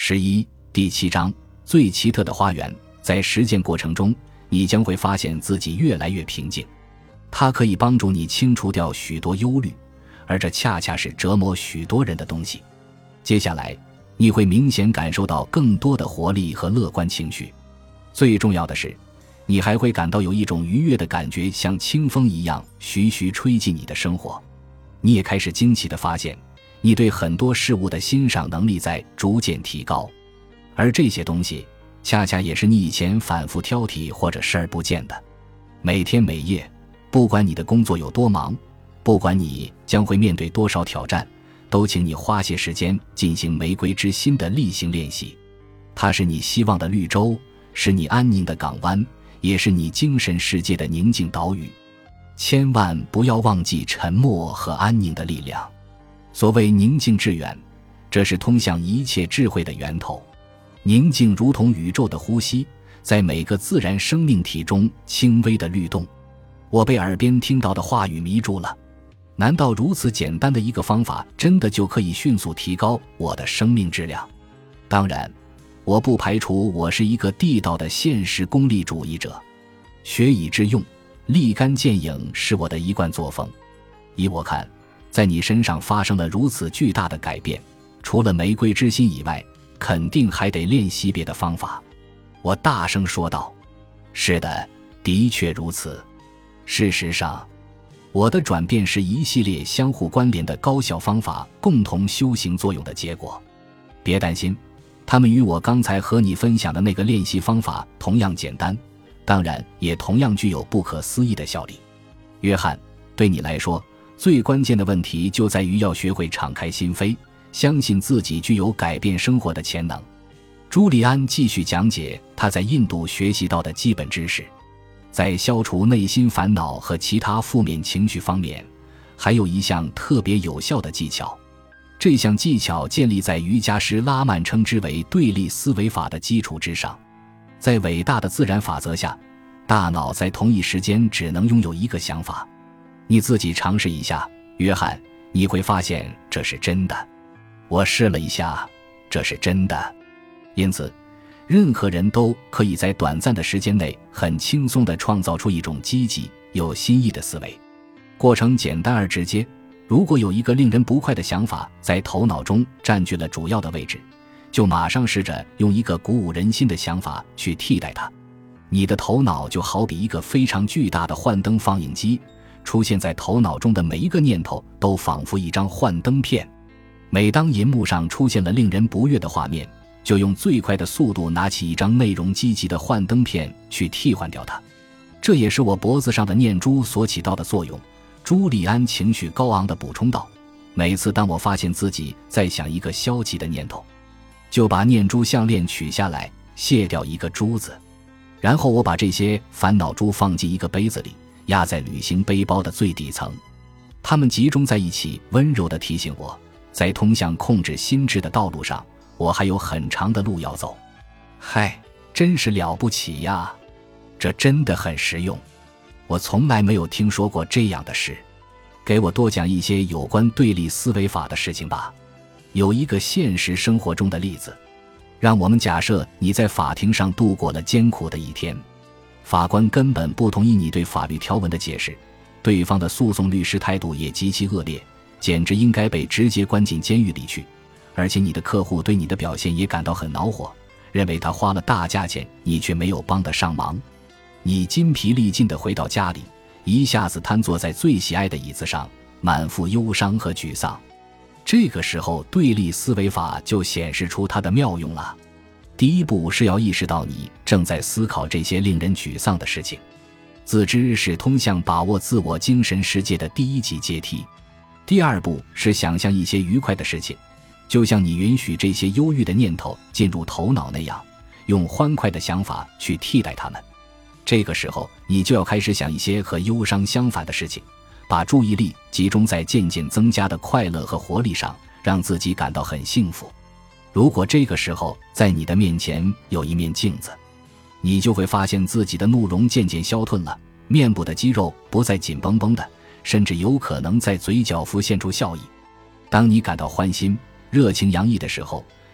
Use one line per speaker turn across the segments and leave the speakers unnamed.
11第7章最奇特的花园。在实践过程中，你将会发现自己越来越平静，它可以帮助你清除掉许多忧虑，而这恰恰是折磨许多人的东西。接下来你会明显感受到更多的活力和乐观情绪，最重要的是你还会感到有一种愉悦的感觉，像清风一样徐徐吹进你的生活。你也开始惊奇地发现，你对很多事物的欣赏能力在逐渐提高，而这些东西恰恰也是你以前反复挑剔或者视而不见的。每天每夜，不管你的工作有多忙，不管你将会面对多少挑战，都请你花些时间进行玫瑰之心的例行练习。它是你希望的绿洲，是你安宁的港湾，也是你精神世界的宁静岛屿。千万不要忘记沉默和安宁的力量。所谓宁静致远，这是通向一切智慧的源头。宁静如同宇宙的呼吸，在每个自然生命体中轻微的律动。我被耳边听到的话语迷住了。难道如此简单的一个方法，真的就可以迅速提高我的生命质量？当然，我不排除我是一个地道的现实功利主义者。学以致用，立竿见影是我的一贯作风。依我看，在你身上发生了如此巨大的改变，除了玫瑰之心以外，肯定还得练习别的方法。我大声说道。是的，的确如此。事实上，我的转变是一系列相互关联的高效方法共同修行作用的结果。别担心，它们与我刚才和你分享的那个练习方法同样简单，当然也同样具有不可思议的效力。约翰，对你来说，最关键的问题就在于要学会敞开心扉，相信自己具有改变生活的潜能。朱利安继续讲解他在印度学习到的基本知识。在消除内心烦恼和其他负面情绪方面，还有一项特别有效的技巧。这项技巧建立在瑜伽师拉曼称之为对立思维法的基础之上。在伟大的自然法则下，大脑在同一时间只能拥有一个想法。你自己尝试一下，约翰，你会发现这是真的。我试了一下，这是真的。因此，任何人都可以在短暂的时间内很轻松地创造出一种积极有新意的思维。过程简单而直接，如果有一个令人不快的想法在头脑中占据了主要的位置，就马上试着用一个鼓舞人心的想法去替代它。你的头脑就好比一个非常巨大的幻灯放映机，出现在头脑中的每一个念头都仿佛一张幻灯片。每当银幕上出现了令人不悦的画面，就用最快的速度拿起一张内容积极的幻灯片去替换掉它。这也是我脖子上的念珠所起到的作用。朱利安情绪高昂地补充道。每次当我发现自己在想一个消极的念头，就把念珠项链取下来，卸掉一个珠子，然后我把这些烦恼珠放进一个杯子里，压在旅行背包的最底层。它们集中在一起，温柔地提醒我，在通向控制心智的道路上，我还有很长的路要走。嗨，真是了不起呀！这真的很实用，我从来没有听说过这样的事。给我多讲一些有关对立思维法的事情吧。有一个现实生活中的例子，让我们假设你在法庭上度过了艰苦的一天，法官根本不同意你对法律条文的解释，对方的诉讼律师态度也极其恶劣，简直应该被直接关进监狱里去。而且你的客户对你的表现也感到很恼火，认为他花了大价钱，你却没有帮得上忙。你筋疲力尽地回到家里，一下子瘫坐在最喜爱的椅子上，满腹忧伤和沮丧。这个时候，对立思维法就显示出它的妙用了。第一步是要意识到你正在思考这些令人沮丧的事情。自知是通向把握自我精神世界的第一级阶梯。第二步是想象一些愉快的事情，就像你允许这些忧郁的念头进入头脑那样，用欢快的想法去替代它们。这个时候，你就要开始想一些和忧伤相反的事情，把注意力集中在渐渐增加的快乐和活力上，让自己感到很幸福。如果这个时候在你的面前有一面镜子，你就会发现自己的怒容渐渐消退了，面部的肌肉不再紧绷绷的，甚至有可能在嘴角浮现出笑意。当你感到欢欣、热情洋溢的时候，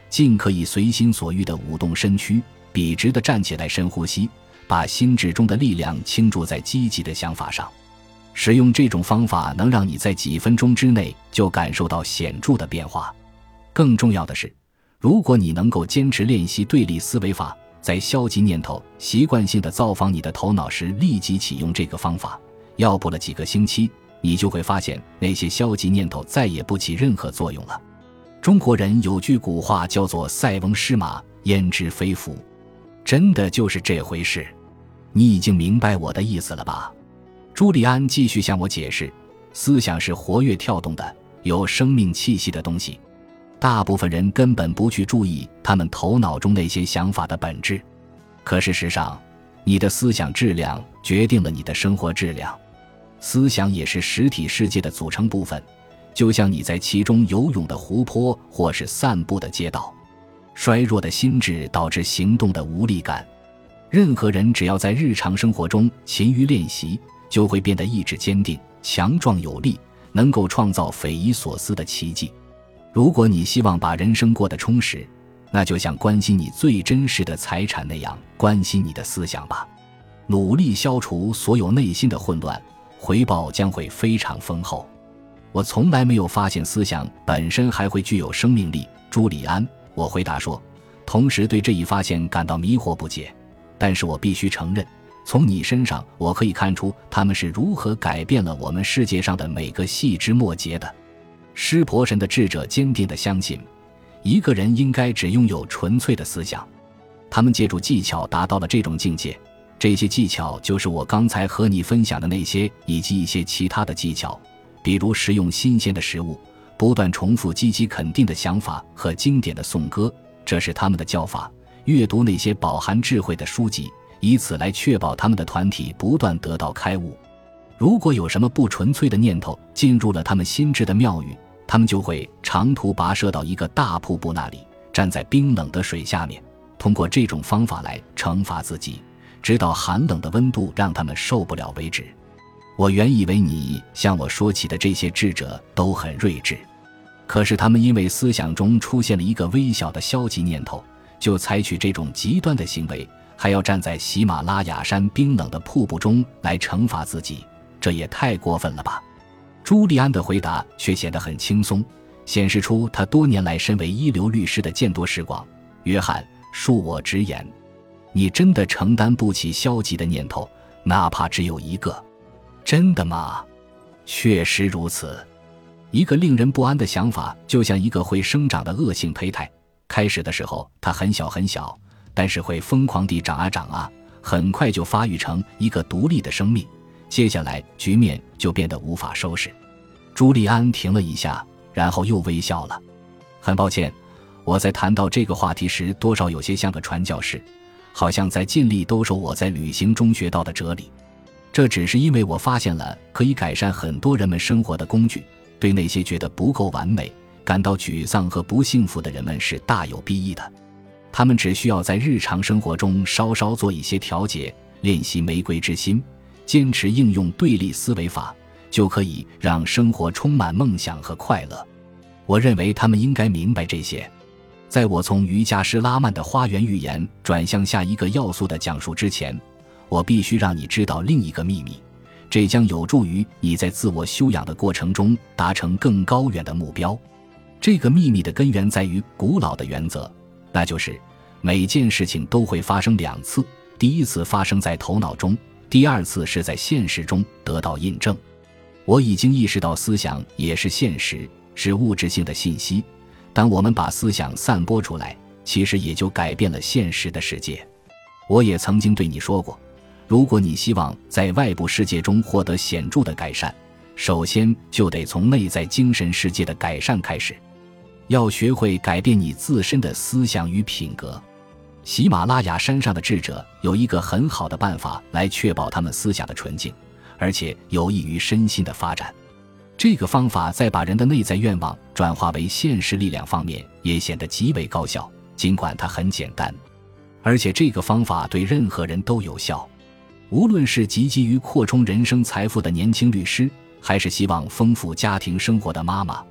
尽可以随心所欲地舞动身躯，笔直地站起来深呼吸，把心智中的力量倾注在积极的想法上。使用这种方法能让你在几分钟之内就感受到显著的变化。更重要的是，如果你能够坚持练习对立思维法，在消极念头习惯性地造访你的头脑时立即启用这个方法，要不了几个星期，你就会发现那些消极念头再也不起任何作用了。中国人有句古话叫做塞翁失马焉知非福，真的就是这回事。你已经明白我的意思了吧？朱利安继续向我解释，思想是活跃跳动的，有生命气息的东西。大部分人根本不去注意他们头脑中那些想法的本质，可事实上，你的思想质量决定了你的生活质量。思想也是实体世界的组成部分，就像你在其中游泳的湖泊或是散步的街道。衰弱的心智导致行动的无力感。任何人只要在日常生活中勤于练习，就会变得意志坚定、强壮有力，能够创造匪夷所思的奇迹。如果你希望把人生过得充实，那就像关心你最珍视的财产那样关心你的思想吧。努力消除所有内心的混乱，回报将会非常丰厚。我从来没有发现思想本身还会具有生命力，朱利安，我回答说，同时对这一发现感到迷惑不解。但是我必须承认，从你身上我可以看出他们是如何改变了我们世界上的每个细枝末节的。湿婆神的智者坚定地相信，一个人应该只拥有纯粹的思想。他们借助技巧达到了这种境界，这些技巧就是我刚才和你分享的那些，以及一些其他的技巧，比如食用新鲜的食物，不断重复积极肯定的想法和经典的颂歌，这是他们的教法。阅读那些饱含智慧的书籍，以此来确保他们的团体不断得到开悟。如果有什么不纯粹的念头进入了他们心智的庙宇，他们就会长途跋涉到一个大瀑布那里，站在冰冷的水下面，通过这种方法来惩罚自己，直到寒冷的温度让他们受不了为止。我原以为你向我说起的这些智者都很睿智，可是他们因为思想中出现了一个微小的消极念头，就采取这种极端的行为，还要站在喜马拉雅山冰冷的瀑布中来惩罚自己，这也太过分了吧。朱利安的回答却显得很轻松，显示出他多年来身为一流律师的见多识广。约翰，恕我直言，你真的承担不起消极的念头，哪怕只有一个。真的吗？确实如此。一个令人不安的想法就像一个会生长的恶性胚胎，开始的时候它很小很小，但是会疯狂地长啊长啊，很快就发育成一个独立的生命，接下来局面就变得无法收拾。朱利安停了一下，然后又微笑了。很抱歉，我在谈到这个话题时多少有些像个传教士，好像在尽力兜售我在旅行中学到的哲理。这只是因为我发现了可以改善很多人们生活的工具，对那些觉得不够完美、感到沮丧和不幸福的人们是大有裨益的。他们只需要在日常生活中稍稍做一些调节，练习玫瑰之心，坚持应用对立思维法，就可以让生活充满梦想和快乐。我认为他们应该明白这些。在我从瑜伽师拉曼的花园寓言转向下一个要素的讲述之前，我必须让你知道另一个秘密，这将有助于你在自我修养的过程中达成更高远的目标。这个秘密的根源在于古老的原则，那就是每件事情都会发生两次，第一次发生在头脑中，第二次是在现实中得到印证。我已经意识到思想也是现实，是物质性的信息，当我们把思想散播出来，其实也就改变了现实的世界。我也曾经对你说过，如果你希望在外部世界中获得显著的改善，首先就得从内在精神世界的改善开始，要学会改变你自身的思想与品格。喜马拉雅山上的智者有一个很好的办法来确保他们思想的纯净，而且有益于身心的发展。这个方法在把人的内在愿望转化为现实力量方面也显得极为高效，尽管它很简单。而且这个方法对任何人都有效，无论是积极于扩充人生财富的年轻律师，还是希望丰富家庭生活的妈妈，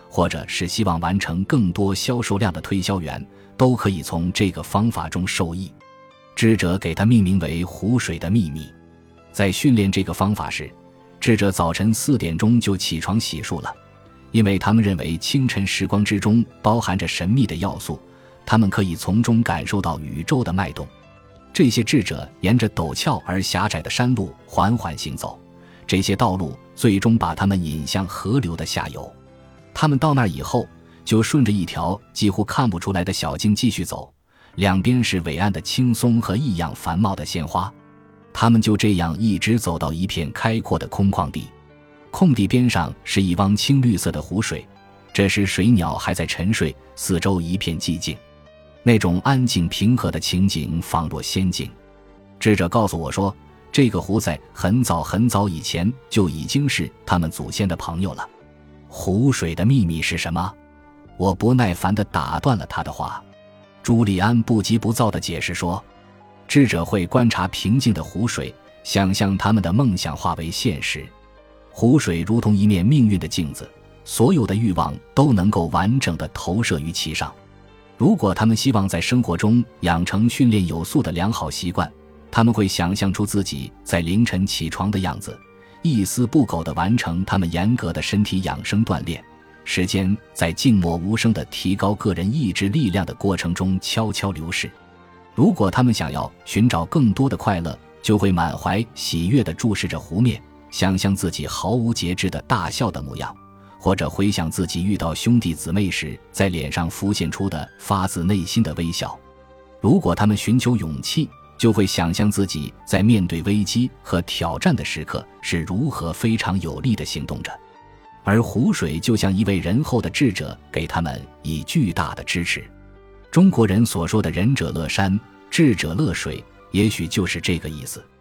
或者是希望完成更多销售量的推销员，都可以从这个方法中受益。智者给它命名为湖水的秘密。在训练这个方法时，智者早晨4点钟就起床洗漱了，因为他们认为清晨时光之中包含着神秘的要素，他们可以从中感受到宇宙的脉动。这些智者沿着陡峭而狭窄的山路缓缓行走，这些道路最终把他们引向河流的下游。他们到那儿以后，就顺着一条几乎看不出来的小径继续走，两边是伟岸的青松和异样繁茂的鲜花。他们就这样一直走到一片开阔的空旷地，空地边上是一汪青绿色的湖水，这时水鸟还在沉睡，四周一片寂静，那种安静平和的情景仿若仙境。智者告诉我说，这个湖在很早很早以前就已经是他们祖先的朋友了。湖水的秘密是什么？我不耐烦地打断了他的话。朱利安不急不躁地解释说，智者会观察平静的湖水，想象他们的梦想化为现实。湖水如同一面命运的镜子，所有的欲望都能够完整地投射于其上。如果他们希望在生活中养成训练有素的良好习惯，他们会想象出自己在凌晨起床的样子，一丝不苟地完成他们严格的身体养生锻炼。时间在静默无声地提高个人意志力量的过程中悄悄流逝。如果他们想要寻找更多的快乐，就会满怀喜悦地注视着湖面，想象自己毫无节制的大笑的模样，或者回想自己遇到兄弟姊妹时在脸上浮现出的发自内心的微笑。如果他们寻求勇气，就会想象自己在面对危机和挑战的时刻是如何非常有力地行动着。而湖水就像一位仁厚的智者，给他们以巨大的支持。中国人所说的仁者乐山，智者乐水，也许就是这个意思。